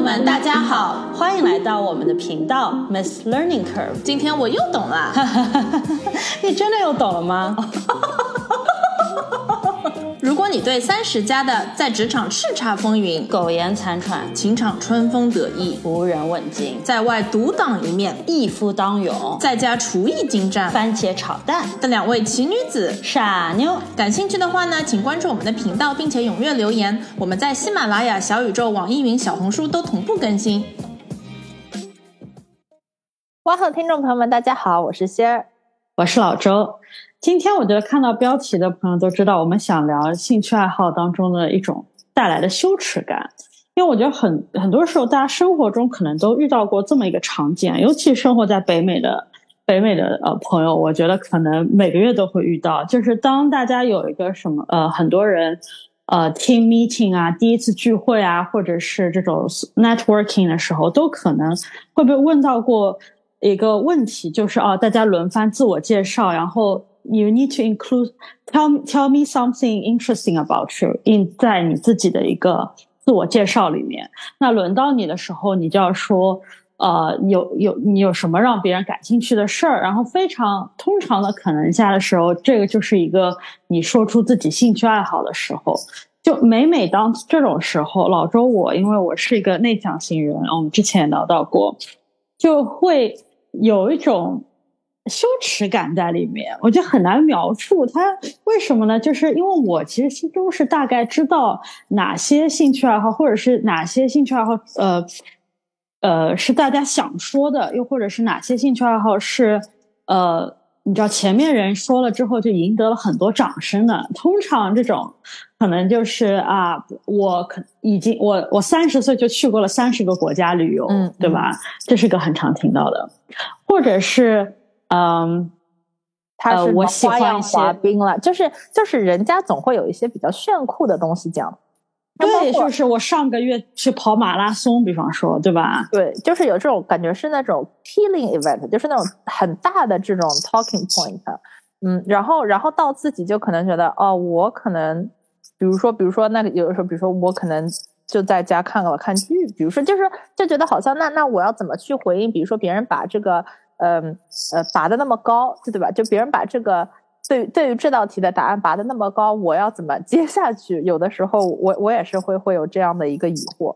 们大家好，欢迎来到我们的频道 Miss Learning Curve。 今天我又懂了。 你真的又懂了吗？ 如果你对30+的在职场叱咤风云、 苟延残喘、 情场春风得意、 无人问津、 在外独当一面、 一夫当勇、 在家厨艺精湛、 番茄炒蛋的2位奇女子傻妞， 感兴趣的话呢，请关注我们的频道，并且踊跃留言。我们在喜马拉雅、小宇宙、网易云、小红书都同步更新。哇吼，听众朋友们大家好，我是仙儿， 我是老周。今天我觉得看到标题的朋友都知道，我们想聊兴趣爱好当中的一种带来的羞耻感。因为我觉得很多时候大家生活中可能都遇到过这么一个场景，尤其生活在北美的朋友，我觉得可能每个月都会遇到，就是当大家有一个很多人team meeting 啊，第一次聚会啊，或者是这种 networking 的时候，都可能会被问到过一个问题，就是大家轮番自我介绍，然后You need to include tell me something interesting about you 在你自己的一个自我介绍里面。那轮到你的时候，你就要说你有什么让别人感兴趣的事儿，然后通常的可能下的时候，这个就是一个你说出自己兴趣爱好的时候。就每当这种时候，老周因为我是一个内向型人，我们之前也聊到过，就会有一种羞耻感在里面，我觉得很难描述它为什么呢？就是因为我其实心中是大概知道哪些兴趣爱好，或者是哪些兴趣爱好是大家想说的，又或者是哪些兴趣爱好是你知道前面人说了之后就赢得了很多掌声的。通常这种可能就是我30岁就去过了30个国家旅游，对吧？这是个很常听到的。或者是他是我喜欢一些滑冰了，就是人家总会有一些比较炫酷的东西讲。 对，就是我上个月去跑马拉松，比方说，对吧？ 对，就是有这种感觉，是那种 killing event， 就是那种很大的这种 talking point。然后到自己就可能觉得我可能比如说那个有的时候，比如说我可能就在家看剧，比如说就觉得好像那我要怎么去回应？比如说别人把这个拔得那么高，对吧？就别人把这个对于这道题的答案拔得那么高，我要怎么接下去？有的时候我也是会有这样的一个疑惑。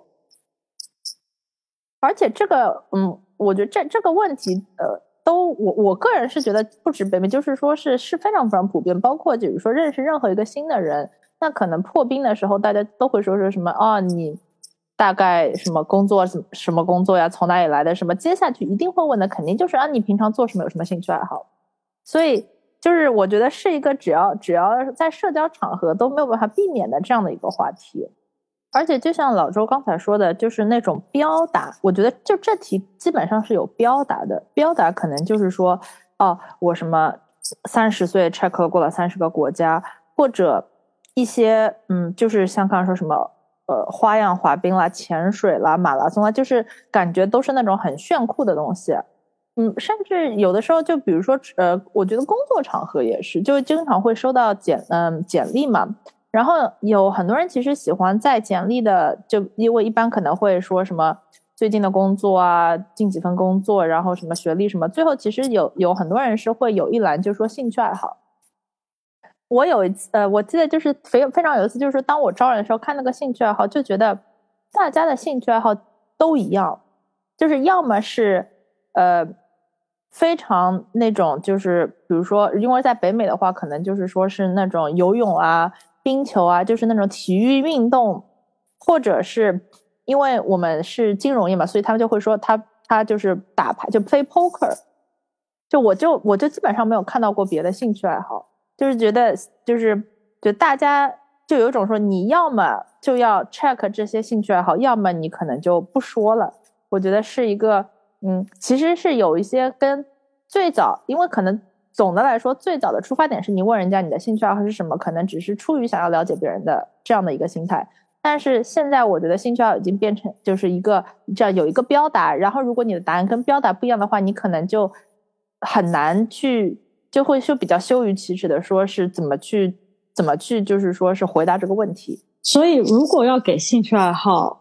而且这个我觉得这个问题我个人是觉得不止北美，就是说是非常非常普遍，包括比如说认识任何一个新的人，那可能破冰的时候大家都会说是什么你大概什么工作呀，从哪里来的，什么接下去一定会问的肯定就是你平常做什么，有什么兴趣爱好。所以就是我觉得是一个只要在社交场合都没有办法避免的这样的一个话题。而且就像老周刚才说的，就是那种标答，我觉得就这题基本上是有标答的。标答可能就是说我什么30岁 check 过了30个国家，或者一些就是像刚才说什么花样滑冰啦、潜水啦、马拉松啦，就是感觉都是那种很炫酷的东西。甚至有的时候就比如说我觉得工作场合也是，就经常会收到简历嘛。然后有很多人其实喜欢在简历的，就因为一般可能会说什么最近的工作啊，近几份工作，然后什么学历什么，最后其实有很多人是会有一栏就说兴趣爱好。我有一次我记得就是非常有一次，就是当我招人的时候看那个兴趣爱好，就觉得大家的兴趣爱好都一样，就是要么是非常那种，就是比如说因为在北美的话可能就是说是那种游泳啊、冰球啊，就是那种体育运动，或者是因为我们是金融业嘛，所以他们就会说他就是打牌，就 play poker。 我就基本上没有看到过别的兴趣爱好，就是觉得就大家就有一种说你要么就要 check 这些兴趣爱好，要么你可能就不说了。我觉得是一个其实是有一些跟最早，因为可能总的来说最早的出发点是你问人家你的兴趣爱好是什么，可能只是出于想要了解别人的这样的一个心态。但是现在我觉得兴趣爱好已经变成就是一个这样有一个标答，然后如果你的答案跟标答不一样的话，你可能就很难就会比较羞于启齿的说是怎么去就是说是回答这个问题。 所以如果要给兴趣爱好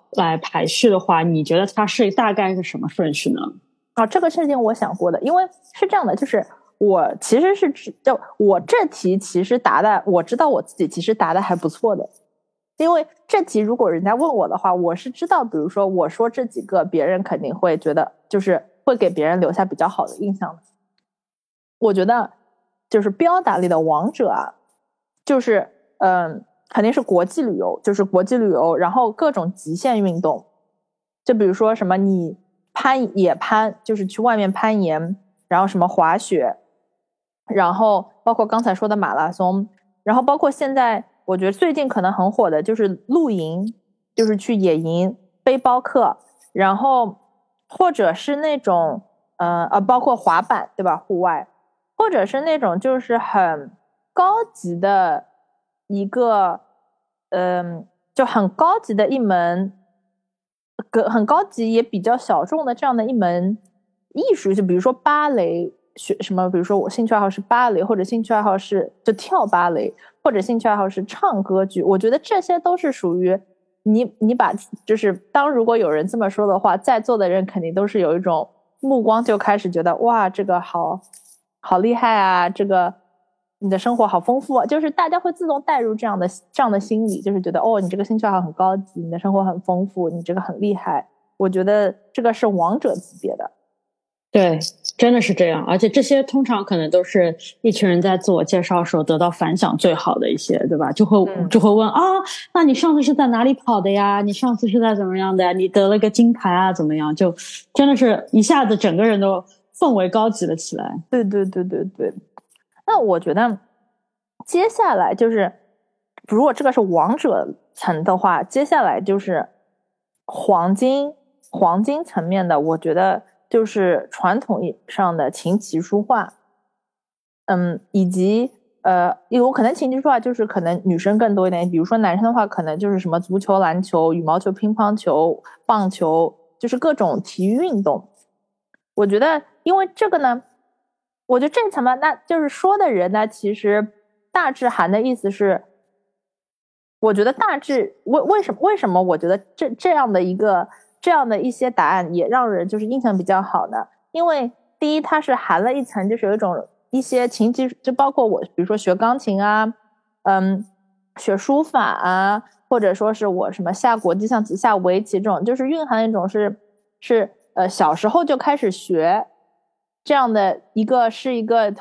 来排序的话，你觉得它是大概是什么顺序呢？ 这个事情我想过的，因为是这样的，就是我其实是我这题其实答的，我知道我自己其实答的还不错的，因为这题如果人家问我的话，我是知道，比如说我说这几个，别人肯定会觉得就是会给别人留下比较好的印象的。我觉得就是标打里的王者啊，就是肯定是国际旅游，就是国际旅游，然后各种极限运动，就比如说什么你野攀，就是去外面攀岩，然后什么滑雪，然后包括刚才说的马拉松，然后包括现在我觉得最近可能很火的就是露营，就是去野营、背包客，然后或者是那种包括滑板，对吧？户外，或者是那种就是很高级的一个就很高级的一门很高级也比较小众的这样的一门艺术，就比如说芭蕾学什么，比如说我兴趣爱好是芭蕾，或者兴趣爱好是就跳芭蕾，或者兴趣爱好是唱歌剧，我觉得这些都是属于你把就是当如果有人这么说的话，在座的人肯定都是有一种目光就开始觉得哇这个好厉害啊，这个你的生活好丰富啊，就是大家会自动带入这样的心理，就是觉得哦，你这个兴趣爱好很高级，你的生活很丰富，你这个很厉害。我觉得这个是王者级别的。 对，真的是这样，而且这些通常可能都是一群人在自我介绍时候得到反响最好的一些，对吧？就会问啊，那你上次是在哪里跑的呀？你上次是在怎么样的呀？你得了个金牌啊，怎么样？就真的是一下子整个人都氛围高级了起来。 对。那我觉得接下来就是，如果这个是王者层的话，接下来就是黄金层面的，我觉得就是传统意义上的琴棋书画，以及有可能琴棋书画就是可能女生更多一点，比如说男生的话，可能就是什么足球、篮球、羽毛球、乒乓球、棒球，就是各种体育运动。我觉得，因为这个呢。我觉得这层嘛，那就是说的人呢，其实大致含的意思是，我觉得大致为什么我觉得这样的一些答案也让人就是印象比较好呢？因为第一，它是含了一层，就是有一些琴棋，就包括我，比如说学钢琴啊，学书法啊，或者说是我什么下国际象棋、下围棋这种，就是蕴含一种是小时候就开始学。这样的是一个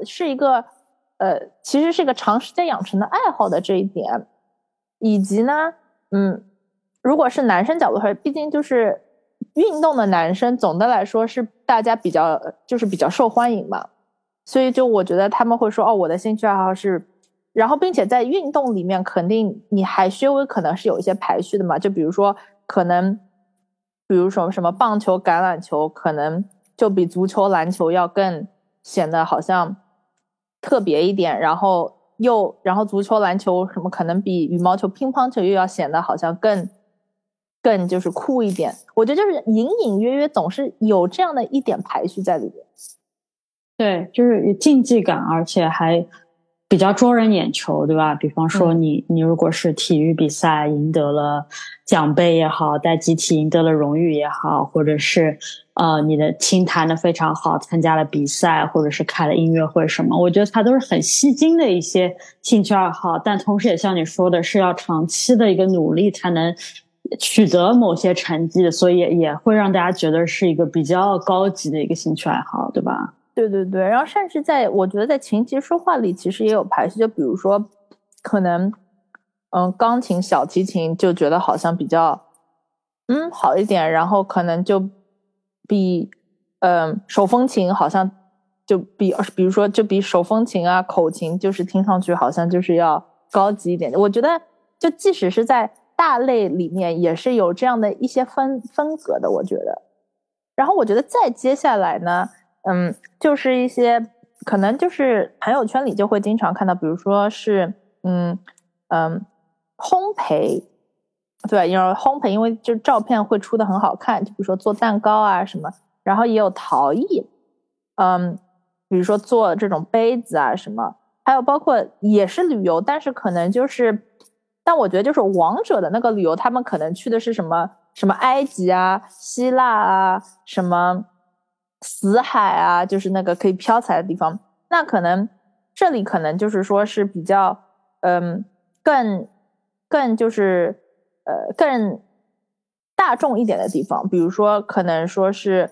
其实是一个长时间养成的爱好的这一点，以及呢，如果是男生角度上，毕竟就是运动的男生，总的来说是大家比较受欢迎嘛，所以就我觉得他们会说哦，我的兴趣爱好是，然后并且在运动里面肯定你还稍微可能是有一些排序的嘛，就比如说可能，比如说什么棒球、橄榄球可能。就比足球、篮球要更显得好像特别一点，然后足球、篮球什么可能比羽毛球、乒乓球又要显得好像更就是酷一点。我觉得就是隐隐约约总是有这样的一点排序在里面。 对，就是有竞技感，而且还比较捉人眼球，对吧？比方说你如果是体育比赛赢得了奖杯也好，在集体赢得了荣誉也好，或者是你的琴弹得非常好，参加了比赛，或者是开了音乐会什么，我觉得它都是很吸睛的一些兴趣爱好，但同时也像你说的是要长期的一个努力才能取得某些成绩，所以也会让大家觉得是一个比较高级的一个兴趣爱好，对吧？ 对，然后甚至我觉得在琴棋书画里其实也有排序，就比如说可能钢琴、小提琴就觉得好像比较好一点，然后可能就比手风琴好像就比如说就比手风琴啊口琴就是听上去好像就是要高级一点。我觉得就即使是在大类里面也是有这样的一些分隔的，我觉得。然后我觉得再接下来呢就是一些可能就是朋友圈里就会经常看到，比如说是烘焙，对，因为烘焙因为就照片会出的很好看，就比如说做蛋糕啊什么，然后也有陶艺，比如说做这种杯子啊什么，还有包括也是旅游，但是可能就是但我觉得就是王者的那个旅游，他们可能去的是什么埃及啊、希腊啊、什么死海啊，就是那个可以飘起来的地方。那可能这里可能就是说是比较更就是更大众一点的地方，比如说可能说是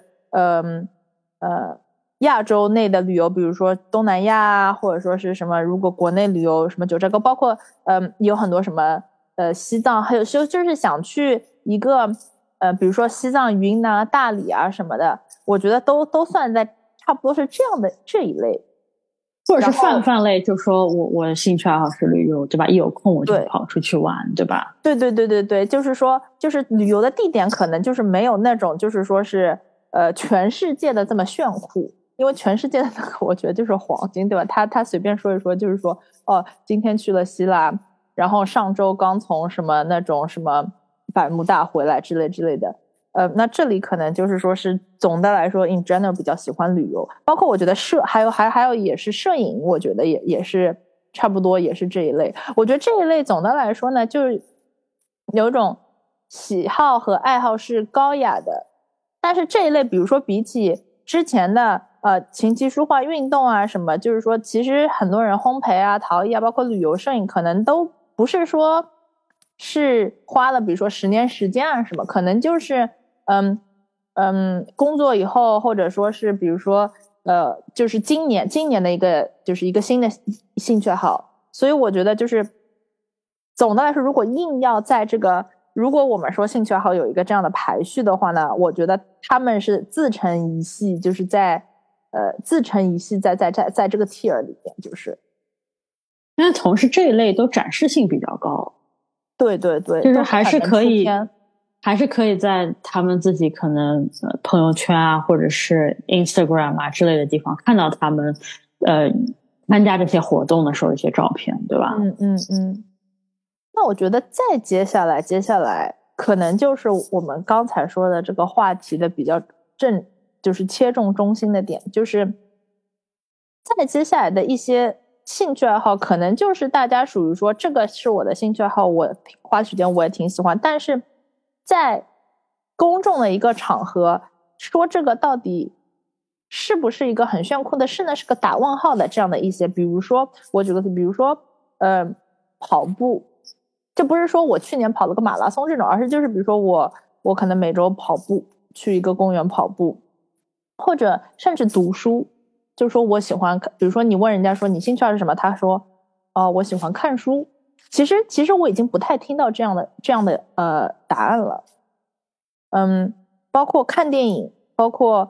亚洲内的旅游，比如说东南亚啊，或者说是什么，如果国内旅游什么九寨沟，包括有很多什么西藏，还有就是想去一个比如说西藏、云南、大理啊什么的，我觉得都算在差不多是这样的这一类。 或者是泛类，就说我的兴趣爱好是旅游，对吧？一有空我就跑出去玩，对吧？ 对，就是说，就是旅游的地点可能就是没有那种，就是说是全世界的这么炫酷，因为全世界的那个我觉得就是黄金，对吧？他随便说一说，就是说哦，今天去了希腊，然后上周刚从什么那种什么百慕大回来之类的。那这里可能就是说是总的来说 in general 比较喜欢旅游，包括我觉得还有也是摄影，我觉得也是差不多也是这一类。我觉得这一类总的来说呢，就是有一种喜好和爱好是高雅的，但是这一类比如说比起之前的琴棋书画运动啊什么，就是说其实很多人烘焙啊、陶艺啊，包括旅游摄影，可能都不是说是花了比如说10年时间啊什么，可能就是工作以后，或者说是比如说就是今年的一个新的兴趣爱好。所以我觉得就是总的来说，如果硬要在这个，如果我们说兴趣爱好有一个这样的排序的话呢，我觉得他们是自成一系，就是在自成一系在这个 tier 里面，就是因为同时这一类都展示性比较高。 对， 就是还是可以在他们自己可能朋友圈啊，或者是 Instagram 啊之类的地方看到他们参加这些活动的时候一些照片，对吧？ 那我觉得再接下来可能就是我们刚才说的这个话题的比较就是切中中心的点，就是再接下来的一些兴趣爱好，可能就是大家属于说这个是我的兴趣爱好，我花时间我也挺喜欢，但是在公众的一个场合说这个到底是不是一个很炫酷的事呢？是个打问号的这样的一些，比如说我举个例子，比如说跑步，这不是说我去年跑了个马拉松这种，而是就是比如说我可能每周跑步，去一个公园跑步，或者甚至读书，就是说我喜欢，比如说你问人家说你兴趣爱好是什么，他说我喜欢看书。其实我已经不太听到这样的答案了。包括看电影，包括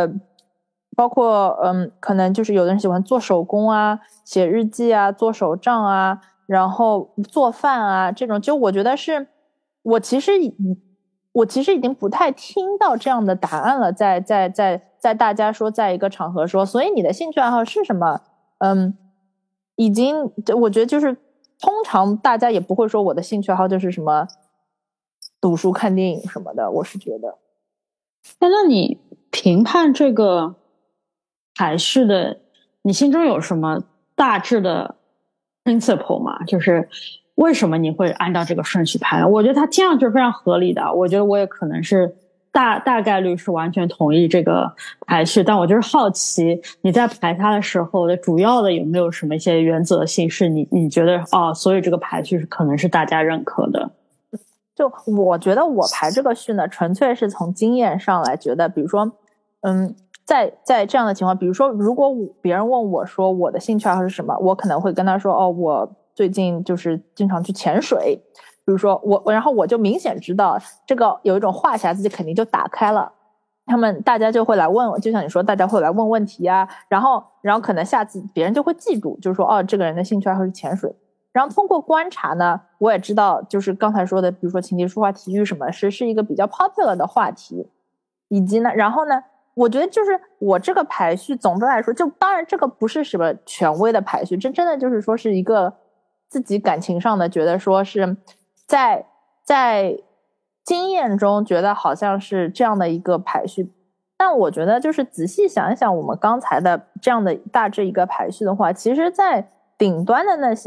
可能就是有的人喜欢做手工啊，写日记啊，做手账啊，然后做饭啊，这种就我觉得是我其实已经不太听到这样的答案了，在大家说在一个场合说，所以你的兴趣爱好是什么？已经我觉得就是通常大家也不会说我的兴趣爱好就是什么读书看电影什么的，我是觉得。 那你评判这个排序的，你心中有什么大致的 principle 吗？就是为什么你会按照这个顺序排？我觉得它听上去非常合理的，我觉得我也可能是大概率是完全同意这个排序，但我就是好奇你在排它的时候的主要的有没有什么一些原则性是你觉得所以这个排序是可能是大家认可的。 就我觉得我排这个序呢，纯粹是从经验上来觉得，比如说，在这样的情况，比如说，如果别人问我说我的兴趣爱好是什么，我可能会跟他说，我最近就是经常去潜水。比如说然后我就明显知道这个有一种话匣子肯定就打开了，大家就会来问我，就像你说，大家会来问问题啊，然后可能下次别人就会记住，就是说这个人的兴趣爱好是潜水。然后通过观察呢，我也知道，就是刚才说的，比如说琴棋书画体育什么，是一个比较 popular 的话题，以及呢，然后呢，我觉得就是我这个排序总的来说，就当然这个不是什么权威的排序，这真的就是说是一个自己感情上的，觉得说是在经验中觉得好像是这样的一个排序。但我觉得就是仔细想一想我们刚才的这样的大致一个排序的话，其实在顶端的那些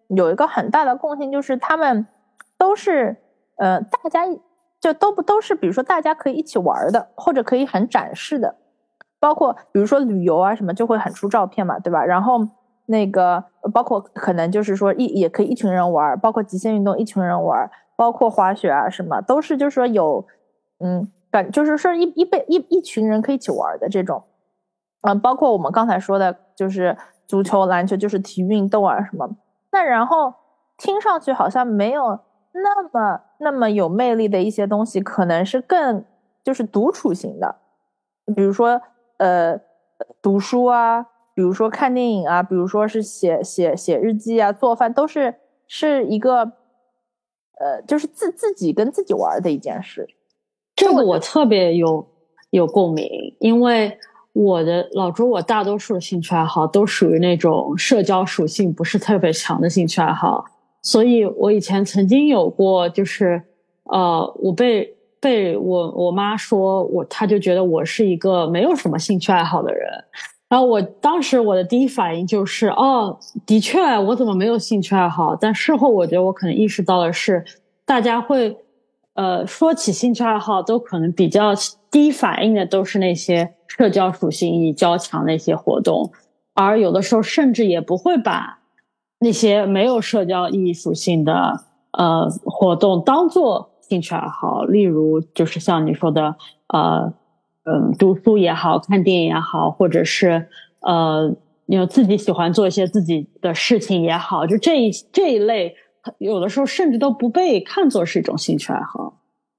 有一个很大的共性，就是他们都是大家就都是比如说大家可以一起玩的，或者可以很展示的，包括比如说旅游啊什么就会很出照片嘛，对吧？然后那个包括可能就是说也可以一群人玩，包括极限运动一群人玩，包括滑雪啊什么都是就是说有就是说一群人可以一起玩的这种。包括我们刚才说的就是足球篮球就是体育运动啊什么，那然后听上去好像没有那么有魅力的一些东西，可能是更就是独处型的，比如说读书啊，比如说看电影啊，比如说是写日记啊，做饭，都是一个就是自己跟自己玩的一件事。 这个我特别有共鸣，因为我的老朱，我大多数的兴趣爱好都属于那种社交属性不是特别强的兴趣爱好，所以我以前曾经有过，就是我被我妈说她就觉得我是一个没有什么兴趣爱好的人，然后当时我的第一反应就是的确我怎么没有兴趣爱好，但事后我觉得我可能意识到的是，大家会说起兴趣爱好都可能比较第一反应的都是那些社交属性意义较强的一些活动，而有的时候甚至也不会把那些没有社交意义属性的活动当做兴趣爱好，例如就是像你说的读书也好，看电影也好，或者是自己喜欢做一些自己的事情也好，就这一类有的时候甚至都不被看作是一种兴趣爱好。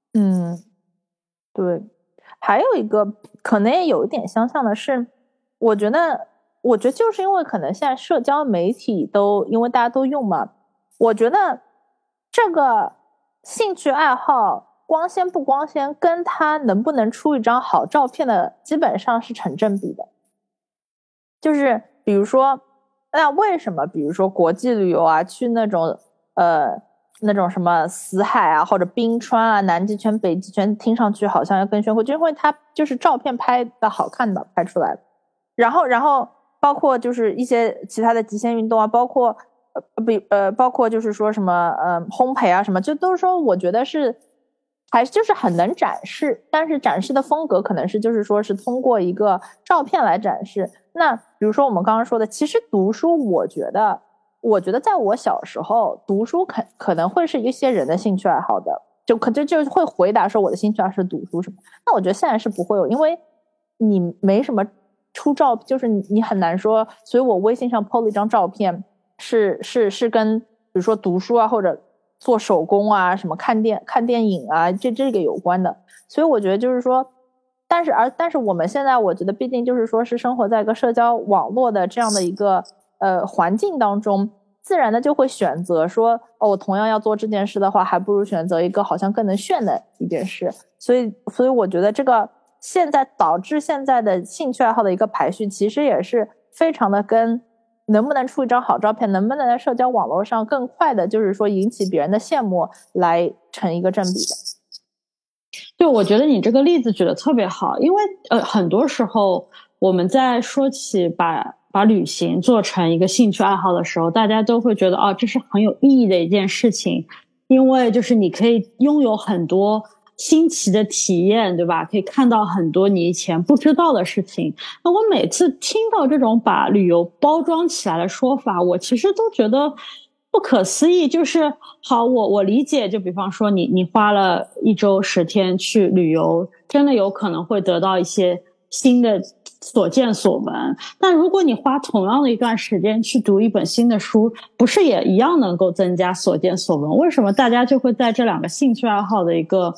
对。还有一个可能也有一点相像的是，我觉得就是因为可能现在社交媒体因为大家都用嘛，我觉得这个兴趣爱好光鲜不光鲜跟他能不能出一张好照片的基本上是成正比的。就是比如说，那为什么比如说国际旅游啊，去那种什么死海啊，或者冰川啊，南极圈、北极圈，听上去好像要更炫酷，就因为它就是照片拍的好看的拍出来。然后包括就是一些其他的极限运动啊，包括包括就是说什么烘焙啊什么，就都是说我觉得是还是就是很能展示，但是展示的风格可能是就是说是通过一个照片来展示。那比如说我们刚刚说的，其实读书，我觉得在我小时候读书可能会是一些人的兴趣爱好的，就会回答说我的兴趣爱好是读书什么。那我觉得现在是不会有，因为你没什么出照，就是你很难说，所以我微信上 po 了一张照片，是跟比如说读书啊或者做手工啊什么看电影啊这个有关的。所以我觉得就是说，但是我们现在我觉得毕竟就是说是生活在一个社交网络的这样的一个环境当中，自然的就会选择说我同样要做这件事的话，还不如选择一个好像更能炫的一件事。所以我觉得这个现在导致现在的兴趣爱好的一个排序，其实也是非常的跟能不能出一张好照片，能不能在社交网络上更快的就是说引起别人的羡慕来成一个正比的。 对，我觉得你这个例子举得特别好，因为很多时候我们在说起把旅行做成一个兴趣爱好的时候，大家都会觉得这是很有意义的一件事情，因为就是你可以拥有很多新奇的体验，对吧？可以看到很多你以前不知道的事情。那我每次听到这种把旅游包装起来的说法，我其实都觉得不可思议。就是好，我理解，就比方说你花了1周10天去旅游，真的有可能会得到一些新的所见所闻，但如果你花同样的一段时间去读一本新的书，不是也一样能够增加所见所闻？为什么大家就会在这两个兴趣爱好的一个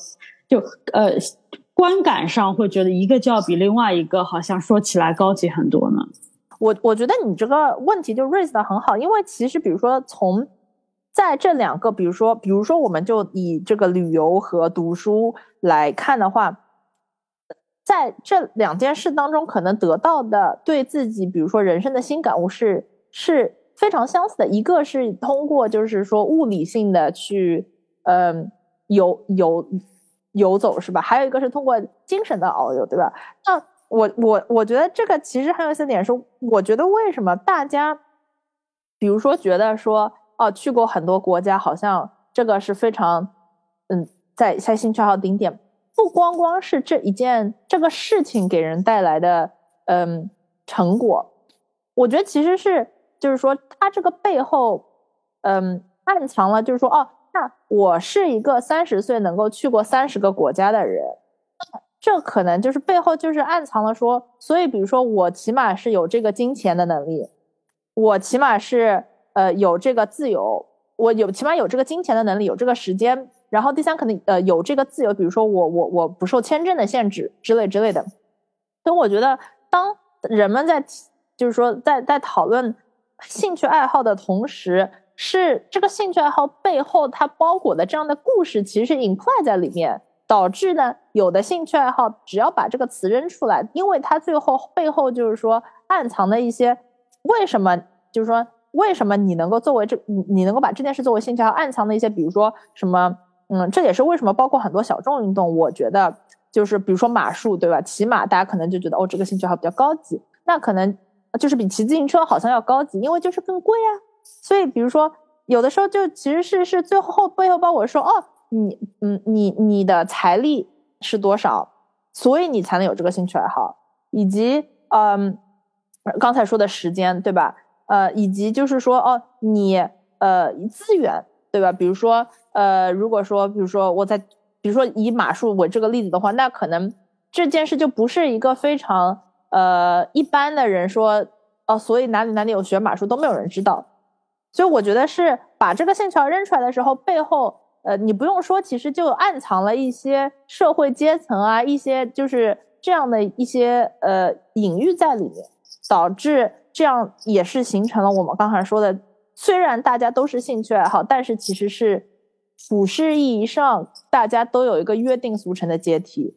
观感上会觉得一个较比另外一个好像说起来高级很多呢？ 我觉得你这个问题就 raise 的很好，因为其实比如说在这两个比如说我们就以这个旅游和读书来看的话，在这两件事当中可能得到的对自己比如说人生的新感悟是非常相似的。一个是通过就是说物理性的去游走是吧，还有一个是通过精神的遨游，对吧？那我觉得这个其实很有一些点是，我觉得为什么大家比如说觉得说哦，去过很多国家，好像这个是非常在兴趣爱好顶点。不光光是这个事情给人带来的成果，我觉得其实是就是说它这个背后暗藏了就是说那我是一个30岁能够去过30个国家的人，这可能就是背后就是暗藏了说，所以比如说我起码是有这个金钱的能力，我起码是有这个自由，我起码有这个金钱的能力，有这个时间，然后第三可能有这个自由，比如说我不受签证的限制之类的。所以我觉得当人们就是说在讨论兴趣爱好的同时，是这个兴趣爱好背后它包裹的这样的故事其实是 imply 在里面，导致呢有的兴趣爱好只要把这个词扔出来，因为它最后背后就是说暗藏的一些为什么，就是说为什么你能够你能够把这件事作为兴趣爱好，暗藏的一些比如说什么这也是为什么包括很多小众运动，我觉得就是比如说马术对吧，骑马大家可能就觉得这个兴趣爱好比较高级，那可能就是比骑自行车好像要高级，因为就是更贵啊。所以比如说有的时候就其实是最后背后包括说你的财力是多少，所以你才能有这个兴趣爱好，以及刚才说的时间对吧，以及就是说你资源对吧，比如说如果说比如说以马术为这个例子的话，那可能这件事就不是一个非常一般的人说所以哪里有学马术都没有人知道。所以我觉得是把这个兴趣爱好扔出来的时候，背后你不用说，其实就暗藏了一些社会阶层啊，一些就是这样的一些隐喻在里面，导致这样也是形成了我们刚才说的，虽然大家都是兴趣爱好，但是其实是普世意义上大家都有一个约定俗成的阶梯。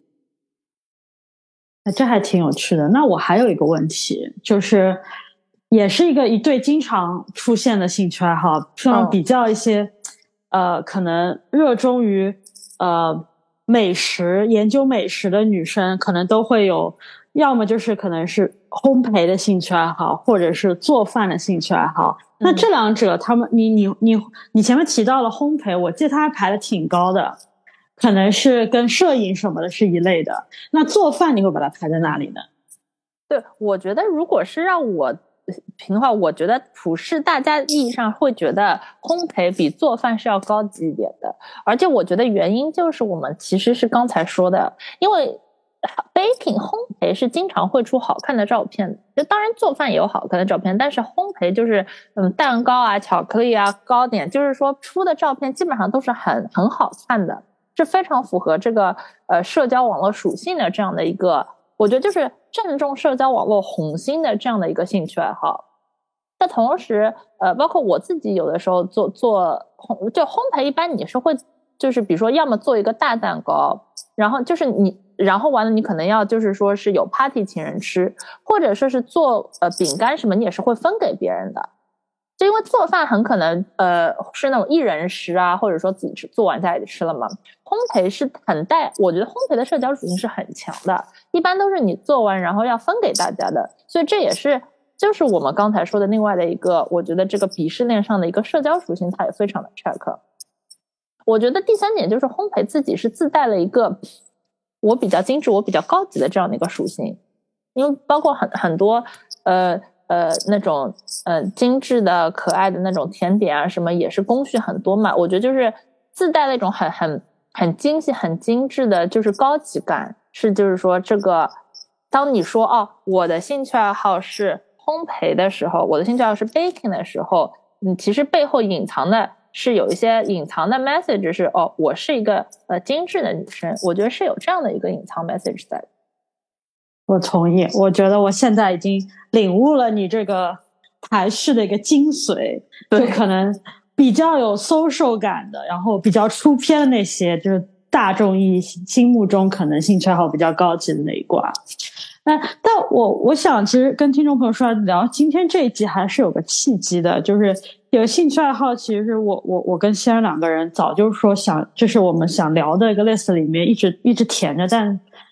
这还挺有趣的。那我还有一个问题，就是也是一对经常出现的兴趣爱好，比较一些可能热衷于美食研究美食的女生可能都会有，要么就是可能是烘焙的兴趣爱好，或者是做饭的兴趣爱好。那这两者他们你前面提到了烘焙，我记得它还排的挺高的，可能是跟摄影什么的是一类的。那做饭你会把它排在哪里呢？ 对，我觉得如果是让我评的话，我觉得普世大家意义上会觉得烘焙比做饭是要高级一点的，而且我觉得原因就是我们其实是刚才说的，因为 baking 烘焙是经常会出好看的照片，就当然做饭也有好看的照片，但是烘焙就是蛋糕啊、巧克力啊、糕点，就是说出的照片基本上都是很好看的，是非常符合这个社交网络属性的这样的一个，我觉得就是正中社交网络红心的这样的一个兴趣爱好。那同时包括我自己有的时候做烘焙，一般你是会就是比如说要么做一个大蛋糕，然后就是然后完了你可能要就是说是有 party 请人吃，或者说是做饼干什么你也是会分给别人的。就因为做饭很可能是那种一人食啊，或者说自己做完在家里吃了嘛。烘焙是我觉得烘焙的社交属性是很强的，一般都是你做完然后要分给大家的，所以这也是就是我们刚才说的另外的一个，我觉得这个鄙视链上的一个社交属性它也非常的 check。 我觉得第三点就是烘焙自己是自带了一个我比较精致我比较高级的这样的一个属性，因为包括很多那种精致的可爱的那种甜点啊什么也是工序很多嘛，我觉得就是自带了一种很精细很精致的就是高级感，是就是说这个当你说我的兴趣爱好是烘焙的时候，我的兴趣爱好是 baking 的时候，你其实背后隐藏的是有一些隐藏的 message 是我是一个精致的女生，我觉得是有这样的一个隐藏 message 在的。 我同意，我觉得我现在已经领悟了你这个排序的一个精髓，就可能比较有 social 感的，然后比较出片的那些，就是大众意义心目中可能兴趣爱好比较高级的那一挂。但我想其实跟听众朋友说聊今天这一集还是有个契机的，就是有兴趣爱好其实是我跟西安两个人早就说这是我们想聊的一个 list 里面一直填着，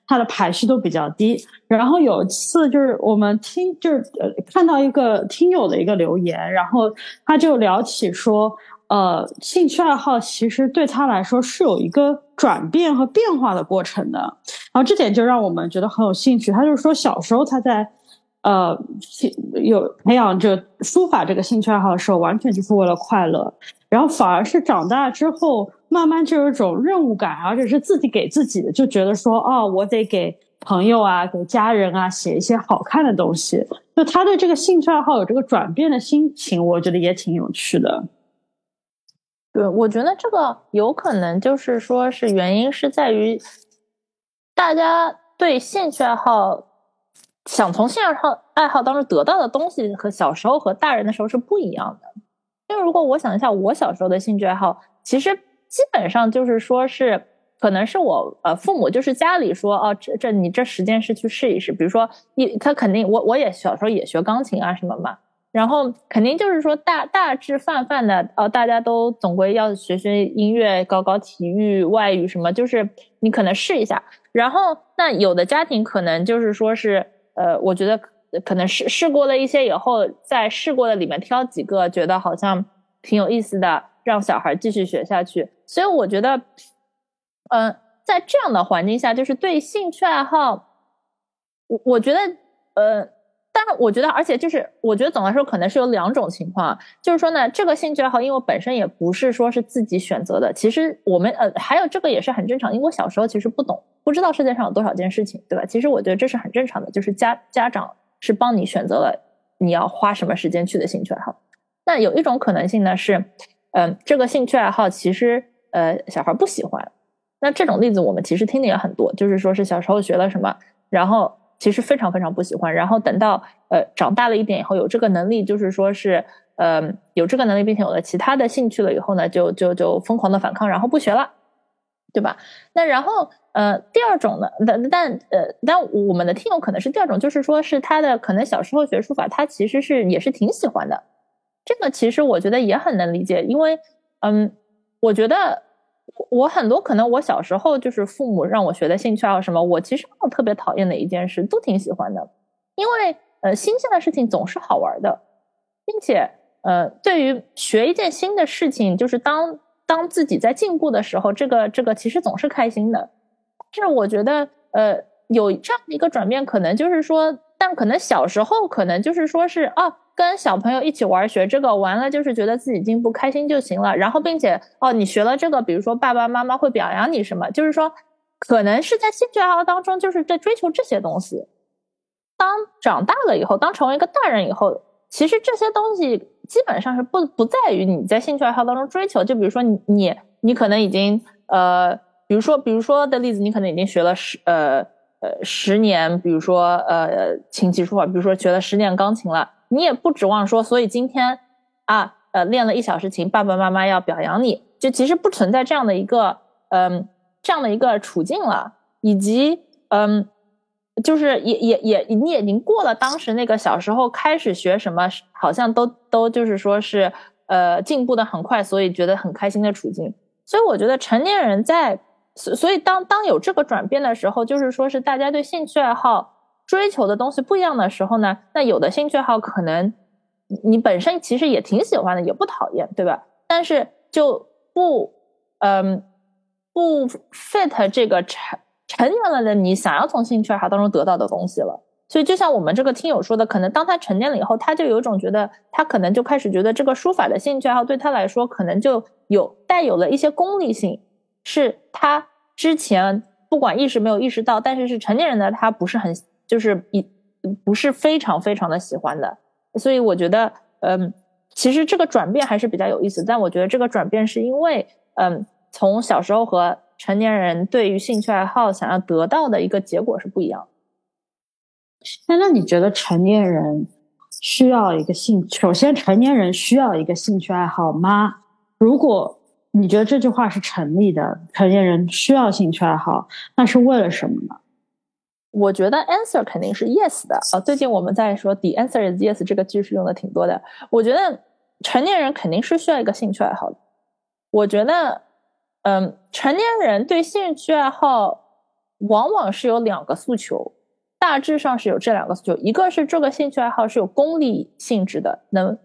它的排序都比较低。然后有一次就是我们看到一个听友的一个留言，然后他就聊起说兴趣爱好其实对他来说是有一个转变和变化的过程的。然后这点就让我们觉得很有兴趣。他就是说小时候他在有培养这个书法这个兴趣爱好的时候，完全就是为了快乐，然后反而是长大之后慢慢就有一种任务感，而且是自己给自己的，就觉得说我得给朋友啊给家人啊写一些好看的东西。就他对这个兴趣爱好有这个转变的心情，我觉得也挺有趣的。 对，我觉得这个有可能就是说是原因是在于大家对兴趣爱好想从兴趣爱好当中得到的东西和小时候和大人的时候是不一样的。因为如果我想一下我小时候的兴趣爱好，其实基本上就是说是可能是我父母就是家里说你这时间是去试一试，比如说他肯定我也小时候也学钢琴啊什么嘛，然后肯定就是说大致泛的大家都总归要学音乐搞体育外语什么，就是你可能试一下。然后那有的家庭可能就是说是我觉得可能试过了一些以后，在试过的里面挑几个觉得好像挺有意思的，让小孩继续学下去。所以我觉得在这样的环境下，就是对兴趣爱好我觉得但是我觉得而且就是我觉得总的来说可能是有两种情况，就是说呢这个兴趣爱好因为我本身也不是说是自己选择的，其实我们还有这个也是很正常，因为我小时候其实不懂，不知道世界上有多少件事情，对吧？其实我觉得这是很正常的，就是家长是帮你选择了你要花什么时间去的兴趣爱好。那有一种可能性呢是这个兴趣爱好其实小孩不喜欢，那这种例子我们其实听的也很多，就是说是小时候学了什么，然后其实非常非常不喜欢，然后等到长大了一点以后有这个能力，就是说是有这个能力并且有了其他的兴趣了以后呢，就疯狂的反抗，然后不学了，对吧？那然后第二种呢，但我们的听友可能是第二种，就是说是他的可能小时候学书法，他其实也是挺喜欢的。这个其实我觉得也很能理解，因为我觉得我很多可能我小时候就是父母让我学的兴趣爱好什么，我其实没有特别讨厌的一件事，都挺喜欢的。因为新鲜的事情总是好玩的，并且对于学一件新的事情，就是当自己在进步的时候，这个其实总是开心的。但是我觉得有这样的一个转变，可能就是说，但可能小时候可能就是说是跟小朋友一起玩，学这个完了就是觉得自己进步开心就行了，然后并且你学了这个，比如说爸爸妈妈会表扬你什么，就是说可能是在兴趣爱好当中就是在追求这些东西。当长大了以后，当成为一个大人以后，其实这些东西基本上是不在于你在兴趣爱好当中追求。就比如说你可能已经比如说的例子，你可能已经学了10年，比如说琴棋书法，比如说学了10年钢琴了，你也不指望说，所以今天练了1小时琴，爸爸妈妈要表扬你，就其实不存在这样的一个处境了，以及就是你已经过了当时那个小时候开始学什么好像都就是说是进步的很快，所以觉得很开心的处境。所以我觉得成年人所以当有这个转变的时候，就是说是大家对兴趣爱好追求的东西不一样的时候呢，那有的兴趣爱好可能你本身其实也挺喜欢的，也不讨厌，对吧？但是就不 fit 这个成年了的你想要从兴趣爱好当中得到的东西了。所以就像我们这个听友说的，可能当他成年了以后，他就有一种觉得他可能就开始觉得这个书法的兴趣爱好对他来说可能就带有了一些功利性，是他之前不管意识没有意识到，但是成年人的他不是很就是不是非常非常的喜欢的。所以我觉得其实这个转变还是比较有意思，但我觉得这个转变是因为从小时候和成年人对于兴趣爱好想要得到的一个结果是不一样的。 那你觉得成年人需要一个首先成年人需要一个兴趣爱好吗？如果你觉得这句话是成立的，成年人需要兴趣爱好，那是为了什么呢？ 我觉得 answer 肯定是 yes 的最近我们在说 the answer is yes 这个句式用的挺多的。我觉得成年人肯定是需要一个兴趣爱好的。我觉得成年人对兴趣爱好往往是有2个诉求，大致上是有这2个诉求，一个是这个兴趣爱好是有功利性质的，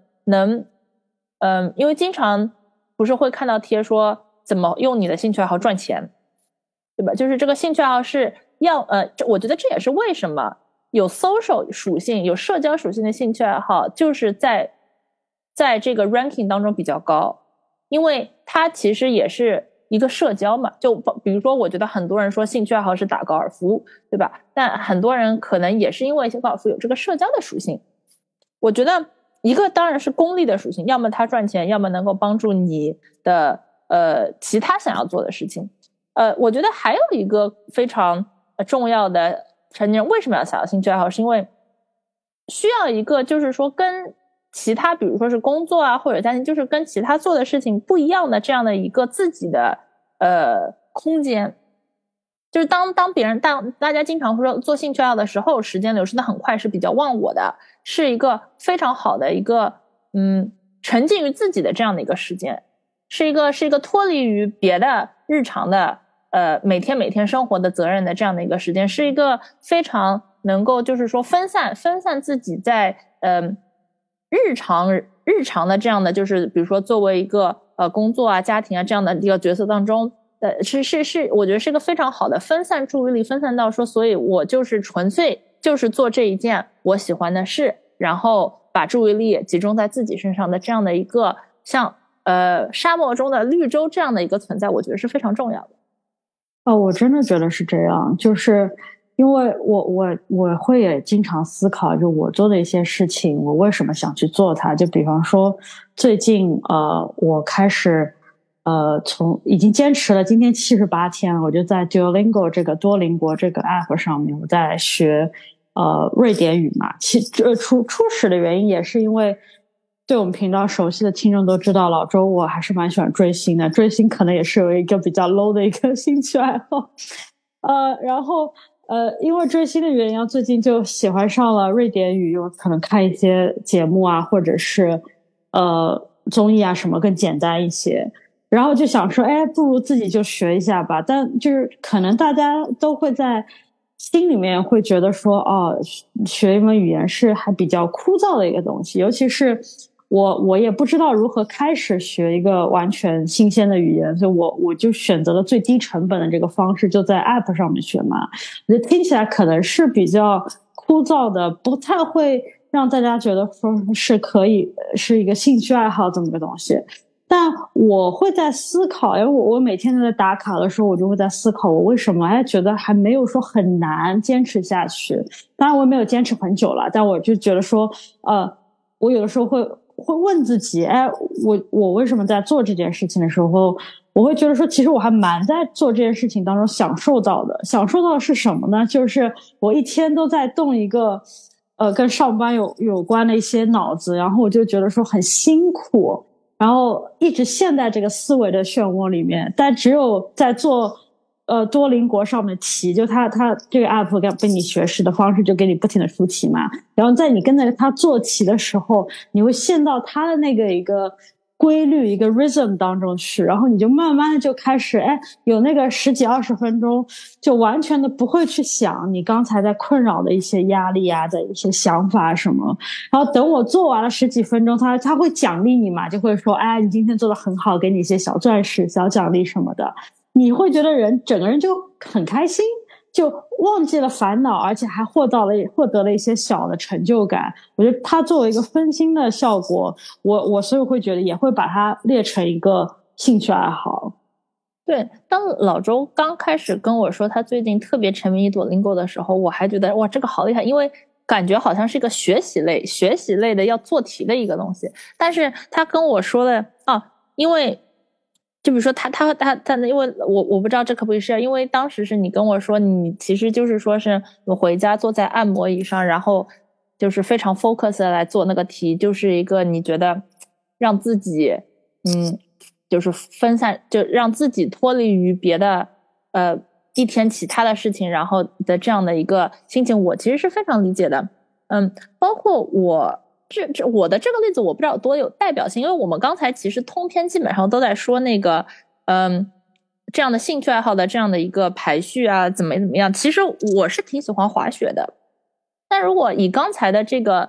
因为经常不是会看到贴说怎么用你的兴趣爱好赚钱，对吧？就是这个兴趣爱好是我觉得这也是为什么有 social 属性、有社交属性的兴趣爱好，就是在这个 ranking 当中比较高，因为它其实也是一个社交嘛。就比如说，我觉得很多人说兴趣爱好是打高尔夫，对吧？但很多人可能也是因为高尔夫有这个社交的属性。我觉得一个当然是功利的属性，要么它赚钱，要么能够帮助你的其他想要做的事情。我觉得还有一个非常重要的成年人为什么要想要兴趣爱好，是因为需要一个就是说跟其他比如说是工作啊或者家庭，就是跟其他做的事情不一样的这样的一个自己的空间。就是当大家经常会说做兴趣爱好的时候，时间流逝的很快，是比较忘我的，是一个非常好的一个沉浸于自己的这样的一个时间，是一个脱离于别的日常的每天生活的责任的这样的一个时间，是一个非常能够就是说分散自己在日常的这样的，就是比如说作为一个工作啊家庭啊这样的一个角色当中，我觉得是一个非常好的分散注意力，分散到说，所以我就是纯粹就是做这一件我喜欢的事，然后把注意力集中在自己身上的这样的一个像沙漠中的绿洲这样的一个存在，我觉得是非常重要的。 我真的觉得是这样，就是因为我会也经常思考，就我做的一些事情，我为什么想去做它？就比方说，最近我开始从已经坚持了今天78天了，我就在 Duolingo 这个多邻国这个 app 上面，我在学瑞典语嘛。初始的原因也是因为对我们频道熟悉的听众都知道，老周我还是蛮喜欢追星的，追星可能也是有一个比较 low 的一个兴趣爱好。然后因为追星的原因，最近就喜欢上了瑞典语，又可能看一些节目啊，或者是综艺啊什么更简单一些。然后就想说，不如自己就学一下吧。但就是可能大家都会在心里面会觉得说，学一门语言是还比较枯燥的一个东西，尤其是我也不知道如何开始学一个完全新鲜的语言，所以我就选择了最低成本的这个方式，就在 App 上面学嘛。我觉得听起来可能是比较枯燥的，不太会让大家觉得说是可以是一个兴趣爱好这么个东西。但我会在思考，因为我每天都在打卡的时候，我就会在思考我为什么觉得还没有说很难坚持下去。当然我也没有坚持很久了，但我就觉得说我有的时候会问自己，我为什么在做这件事情的时候，我会觉得说其实我还蛮在做这件事情当中享受到的是什么呢？就是我一天都在动一个跟上班有关的一些脑子，然后我就觉得说很辛苦，然后一直陷在这个思维的漩涡里面。但只有在做多邻国上面题，就它这个 app 跟你学识的方式，就给你不停的出题嘛，然后在你跟着它做题的时候，你会陷到它的那个一个规律一个 rhythm 当中去，然后你就慢慢的就开始有那个10几20分钟就完全的不会去想你刚才在困扰的一些压力啊的一些想法什么。然后等我做完了10几分钟，他会奖励你嘛，就会说你今天做得很好，给你一些小钻石小奖励什么的，你会觉得整个人就很开心，就忘记了烦恼，而且还获得了一些小的成就感。我觉得它作为一个分心的效果，我所以会觉得也会把它列成一个兴趣爱好。 对，当老周刚开始跟我说他最近特别沉迷于Duolingo的时候，我还觉得哇，这个好厉害，因为感觉好像是一个学习类的要做题的一个东西。但是他跟我说的因为就比如说他因为我不知道这可不可以是，因为当时是你跟我说你其实就是说是我回家坐在按摩椅上，然后就是非常 focus 的来做那个题，就是一个你觉得让自己就是分散，就让自己脱离于别的一天其他的事情，然后的这样的一个心情，我其实是非常理解的。包括我我的这个例子我不知道有多有代表性，因为我们刚才其实通篇基本上都在说那个这样的兴趣爱好的这样的一个排序啊，怎么样？其实我是挺喜欢滑雪的，但如果以刚才的这个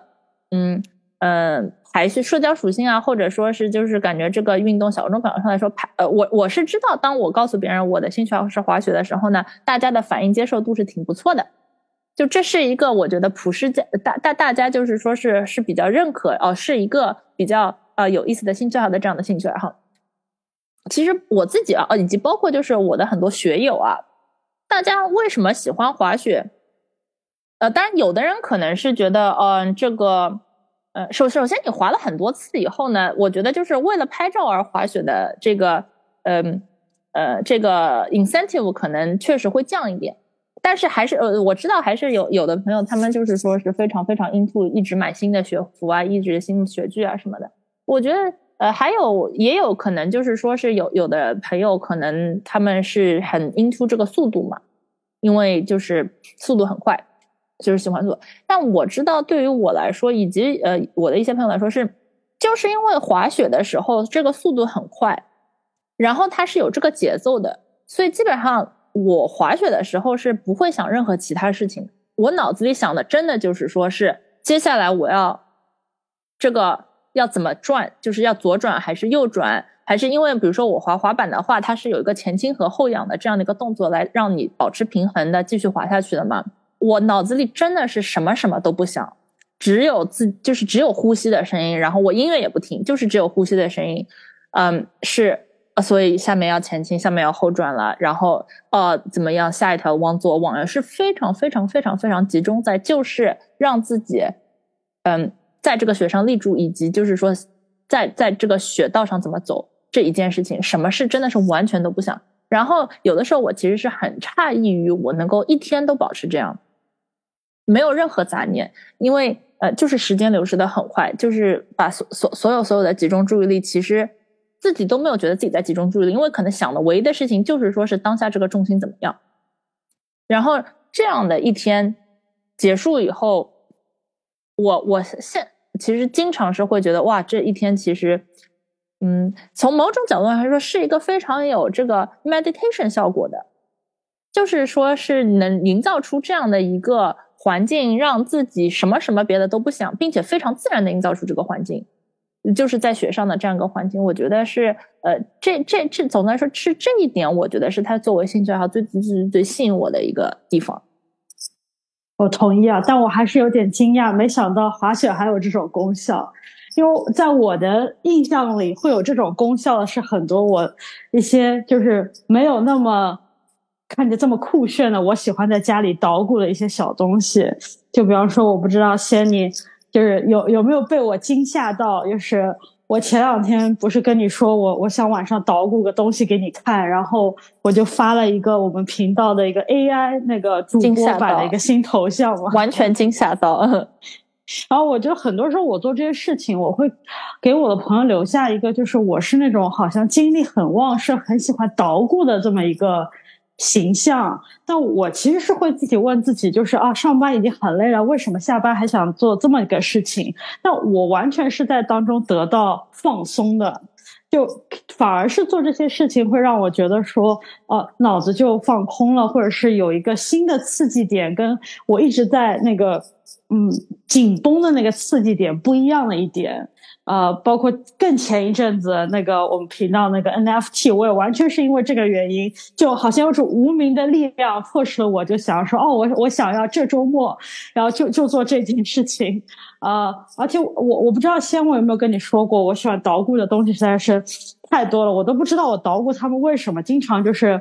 排序社交属性啊，或者说是就是感觉这个运动小众感上来说，我是知道，当我告诉别人我的兴趣爱好是滑雪的时候呢，大家的反应接受度是挺不错的。就这是一个我觉得普世大家就是说是比较认可是一个比较有意思的兴趣爱好的这样的兴趣爱好。其实我自己以及包括就是我的很多学友啊，大家为什么喜欢滑雪？当然有的人可能是觉得这个首先你滑了很多次以后呢，我觉得就是为了拍照而滑雪的这个这个 incentive 可能确实会降一点。但是还是我知道还是有的朋友他们就是说是非常非常 into 一直买新的雪服啊，一直新的雪具啊什么的。我觉得也有可能就是说是有的朋友可能他们是很 into 这个速度嘛，因为就是速度很快，就是喜欢速度。但我知道对于我来说以及我的一些朋友来说就是因为滑雪的时候这个速度很快，然后它是有这个节奏的，所以基本上我滑雪的时候是不会想任何其他事情，我脑子里想的真的就是说是接下来我要这个要怎么转，就是要左转还是右转，还是因为比如说我滑板的话，它是有一个前倾和后仰的这样的一个动作来让你保持平衡的继续滑下去的嘛。我脑子里真的是什么都不想，只有呼吸的声音，然后我音乐也不听，就是只有呼吸的声音。所以下面要前倾，下面要后转了，然后怎么样，下一条往左往右，是非常非常非常非常集中在就是让自己在这个雪上立住，以及就是说在这个雪道上怎么走这一件事情，什么事真的是完全都不想。然后有的时候我其实是很诧异于我能够一天都保持这样，没有任何杂念，因为就是时间流逝的很快，就是把所有的集中注意力，其实自己都没有觉得自己在集中注意力，因为可能想的唯一的事情就是说是当下这个重心怎么样。然后这样的一天结束以后，我其实经常是会觉得哇，这一天其实从某种角度来说是一个非常有这个 meditation 效果的，就是说是能营造出这样的一个环境，让自己什么别的都不想，并且非常自然的营造出这个环境，就是在雪上的这样一个环境。我觉得是这总的来说是这一点，我觉得是它作为兴趣爱好最吸引我的一个地方。 我同意啊，但我还是有点惊讶，没想到滑雪还有这种功效。因为在我的印象里，会有这种功效的是很多我一些就是没有那么看着这么酷炫的，我喜欢在家里捣鼓的一些小东西。就比方说，我不知道仙妮就是有没有被我惊吓到，就是我前两天不是跟你说我想晚上捣鼓个东西给你看，然后我就发了一个我们频道的一个 AI 那个主播版的一个新头像嘛， 完全惊吓到。 然后我觉得很多时候我做这些事情，我会给我的朋友留下一个就是我是那种好像精力很旺盛，很喜欢捣鼓的这么一个形象。但我其实是会自己问自己，就是上班已经很累了，为什么下班还想做这么一个事情？但我完全是在当中得到放松的，就反而是做这些事情会让我觉得说脑子就放空了，或者是有一个新的刺激点，跟我一直在那个紧绷的那个刺激点不一样的一点。包括更前一阵子那个我们频道那个 NFT， 我也完全是因为这个原因，就好像有种无名的力量迫使了我就想说我想要这周末然后就做这件事情。而且我不知道仙我有没有跟你说过，我喜欢捣鼓的东西实在是太多了，我都不知道我捣鼓他们为什么经常就是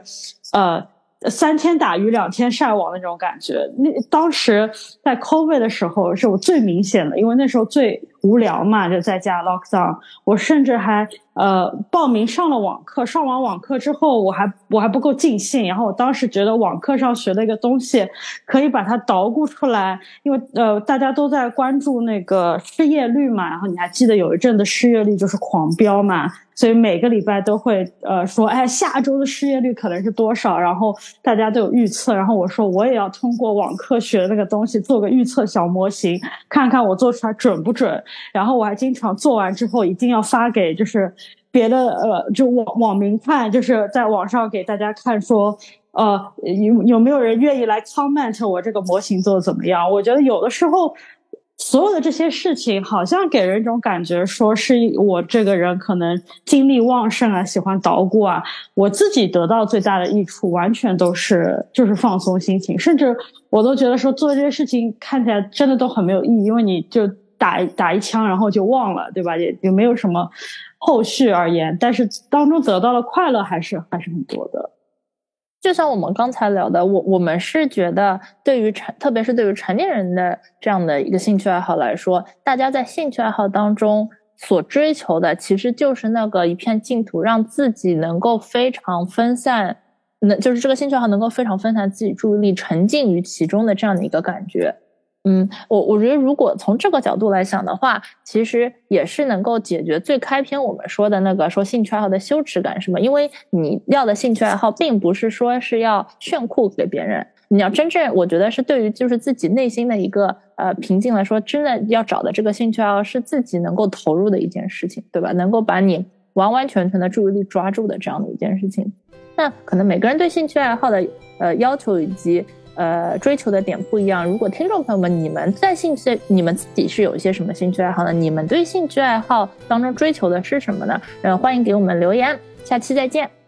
3天打鱼2天晒网的那种感觉。当时在 COVID 的时候是我最明显的，因为那时候最无聊嘛，就在家 lockdown。我甚至还报名上了网课，上完网课之后我还不够尽兴，然后我当时觉得网课上学的一个东西可以把它捣鼓出来，因为大家都在关注那个失业率嘛，然后你还记得有一阵的失业率就是狂飙嘛，所以每个礼拜都会说下周的失业率可能是多少，然后大家都有预测，然后我说我也要通过网课学的那个东西做个预测小模型，看看我做出来准不准。然后我还经常做完之后一定要发给就是别的就网民看，就是在网上给大家看说有没有人愿意来 comment 我这个模型做的怎么样。我觉得有的时候所有的这些事情好像给人一种感觉，说是我这个人可能精力旺盛啊，喜欢捣鼓啊，我自己得到最大的益处完全都是就是放松心情，甚至我都觉得说做这些事情看起来真的都很没有意义，因为你就打一枪然后就忘了，对吧？也没有什么后续而言，但是当中得到的快乐还是很多的。 就像我们刚才聊的，我们是觉得特别是对于成年人的这样的一个兴趣爱好来说，大家在兴趣爱好当中所追求的其实就是那个一片净土，让自己能够非常分散，就是这个兴趣爱好能够非常分散自己注意力，沉浸于其中的这样的一个感觉。我觉得如果从这个角度来想的话，其实也是能够解决最开篇我们说的那个说兴趣爱好的羞耻感，是吗？因为你要的兴趣爱好并不是说是要炫酷给别人，你要真正我觉得是对于就是自己内心的一个平静来说，真的要找的这个兴趣爱好是自己能够投入的一件事情，对吧？能够把你完完全全的注意力抓住的这样的一件事情。那可能每个人对兴趣爱好的要求以及追求的点不一样。如果听众朋友们你们自己是有一些什么兴趣爱好呢？你们对兴趣爱好当中追求的是什么呢？欢迎给我们留言，下期再见。